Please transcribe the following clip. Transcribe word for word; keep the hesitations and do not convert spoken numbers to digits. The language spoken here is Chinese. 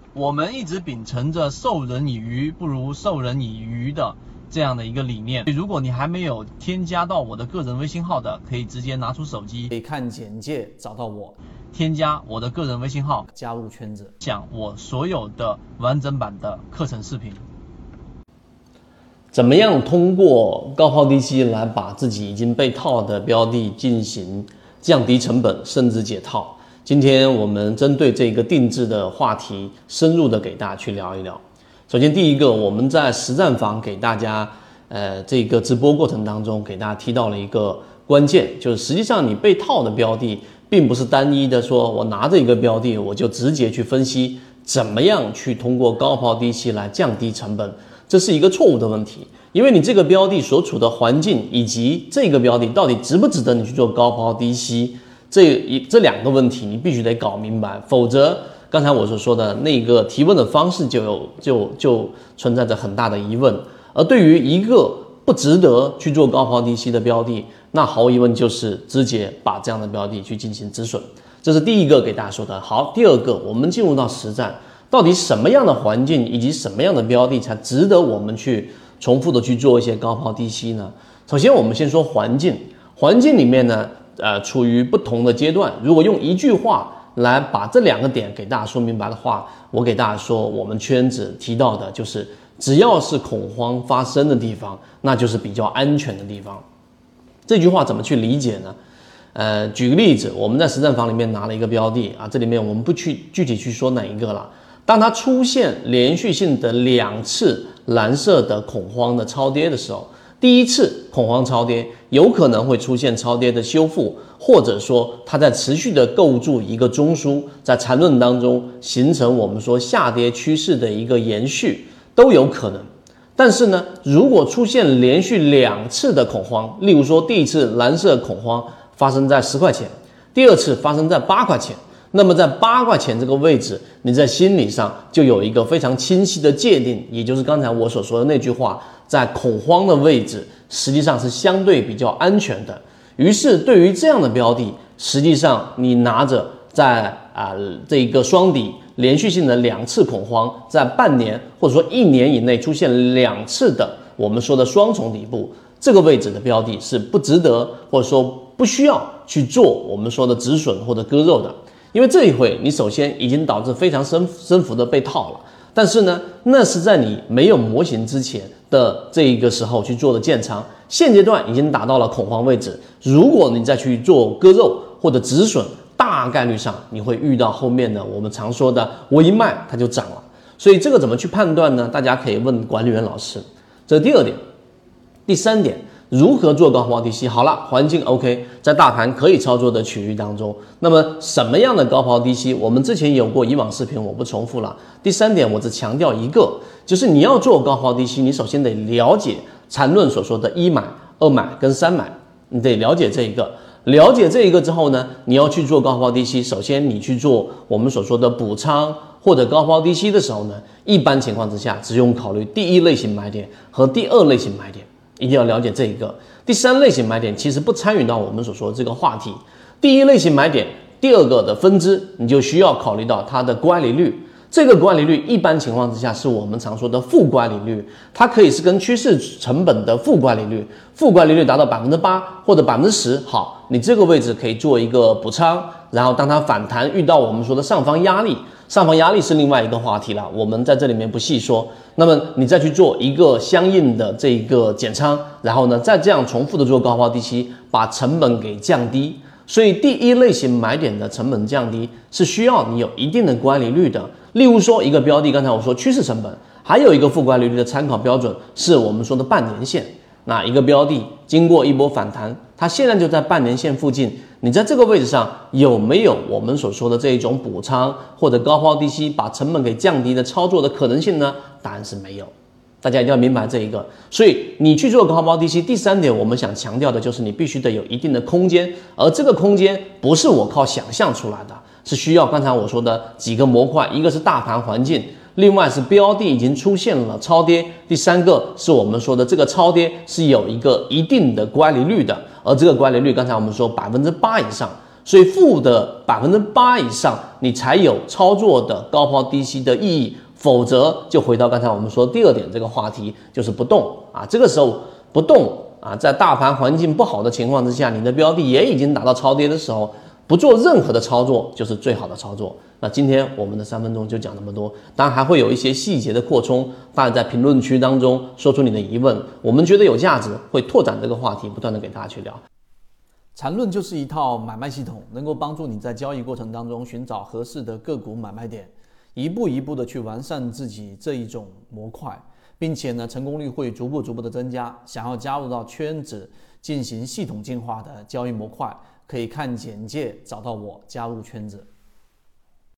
我们一直秉承着授人以鱼不如授人以渔的这样的一个理念。如果你还没有添加到我的个人微信号的，可以直接拿出手机， 可以看简介找到我， 添加我的个人微信号， 加入圈子， 讲我所有的完整版的课程视频。 怎么样通过高抛低吸来把自己已经被套的标的进行降低成本甚至解套？今天我们针对这个定制的话题深入的给大家去聊一聊。首先第一个，我们在实战房给大家呃这个直播过程当中给大家提到了一个关键，就是实际上你被套的标的并不是单一的说我拿着一个标的我就直接去分析怎么样去通过高抛低吸来降低成本，这是一个错误的问题。因为你这个标的所处的环境以及这个标的到底值不值得你去做高抛低吸，这一这两个问题你必须得搞明白，否则刚才我所说的那个提问的方式就有就就存在着很大的疑问。而对于一个不值得去做高抛低吸的标的，那毫无疑问就是直接把这样的标的去进行止损，这是第一个给大家说的。好，第二个，我们进入到实战，到底什么样的环境以及什么样的标的才值得我们去重复的去做一些高抛低吸呢？首先我们先说环境，环境里面呢呃，处于不同的阶段。如果用一句话来把这两个点给大家说明白的话，我给大家说，我们圈子提到的就是只要是恐慌发生的地方，那就是比较安全的地方。这句话怎么去理解呢？呃，举个例子，我们在实战房里面拿了一个标的啊，这里面我们不去具体去说哪一个了。当它出现连续性的两次蓝色的恐慌的超跌的时候，第一次恐慌超跌有可能会出现超跌的修复，或者说它在持续的构筑一个中枢，在缠论当中形成我们说下跌趋势的一个延续都有可能。但是呢，如果出现连续两次的恐慌，例如说第一次蓝色恐慌发生在十块钱，第二次发生在八块钱，那么在八块钱这个位置，你在心理上就有一个非常清晰的界定，也就是刚才我所说的那句话，在恐慌的位置实际上是相对比较安全的。于是对于这样的标的，实际上你拿着在啊、呃、这一个双底连续性的两次恐慌，在半年或者说一年以内出现两次的我们说的双重底部，这个位置的标的是不值得或者说不需要去做我们说的止损或者割肉的。因为这一回你首先已经导致非常深深幅的被套了，但是呢，那是在你没有模型之前的这一个时候去做的建仓，现阶段已经达到了恐慌位置，如果你再去做割肉或者止损，大概率上你会遇到后面的我们常说的我一卖它就涨了。所以这个怎么去判断呢？大家可以问管理员老师。这是第二点。第三点，如何做高抛低吸？好了，环境 OK， 在大盘可以操作的区域当中，那么什么样的高抛低吸？我们之前有过以往视频，我不重复了。第三点，我只强调一个，就是你要做高抛低吸，你首先得了解缠论所说的一买、二买跟三买，你得了解这一个。了解这一个之后呢，你要去做高抛低吸，首先你去做我们所说的补仓或者高抛低吸的时候呢，一般情况之下只用考虑第一类型买点和第二类型买点，一定要了解这一个。第三类型买点其实不参与到我们所说的这个话题。第一类型买点第二个的分支，你就需要考虑到它的乖离率。这个乖离率一般情况之下是我们常说的负乖离率，它可以是跟趋势成本的负乖离率，负乖离率达到 百分之八 或者 百分之十， 好，你这个位置可以做一个补仓，然后当它反弹遇到我们说的上方压力，上方压力是另外一个话题了，我们在这里面不细说，那么你再去做一个相应的这个减仓，然后呢再这样重复的做高抛低吸，把成本给降低。所以第一类型买点的成本降低是需要你有一定的乖离率的。例如说一个标的，刚才我说趋势成本，还有一个负乖离率的参考标准是我们说的半年线。那一个标的经过一波反弹，它现在就在半年线附近，你在这个位置上有没有我们所说的这一种补仓或者高抛低吸把成本给降低的操作的可能性呢？答案是没有。大家一定要明白这一个。所以你去做高抛低吸，第三点我们想强调的就是你必须得有一定的空间，而这个空间不是我靠想象出来的，是需要刚才我说的几个模块，一个是大盘环境，另外是标的已经出现了超跌，第三个是我们说的这个超跌是有一个一定的乖离率的，而这个乖离率刚才我们说 百分之八 以上。 所以负的百分之八以上，你才有操作的高抛低吸的意义，否则就回到刚才我们说第二点这个话题，就是不动啊。这个时候不动啊，在大盘环境不好的情况之下，你的标的也已经达到超跌的时候，不做任何的操作就是最好的操作。那今天我们的三分钟就讲这么多，当然还会有一些细节的扩充，大家在评论区当中说出你的疑问，我们觉得有价值，会拓展这个话题，不断的给大家去聊。 缠论就是一套买卖系统，能够帮助你在交易过程当中寻找合适的个股买卖点，一步一步的去完善自己这一种模块，并且呢，成功率会逐步逐步的增加。想要加入到圈子进行系统进化的交易模块，可以看简介找到我加入圈子。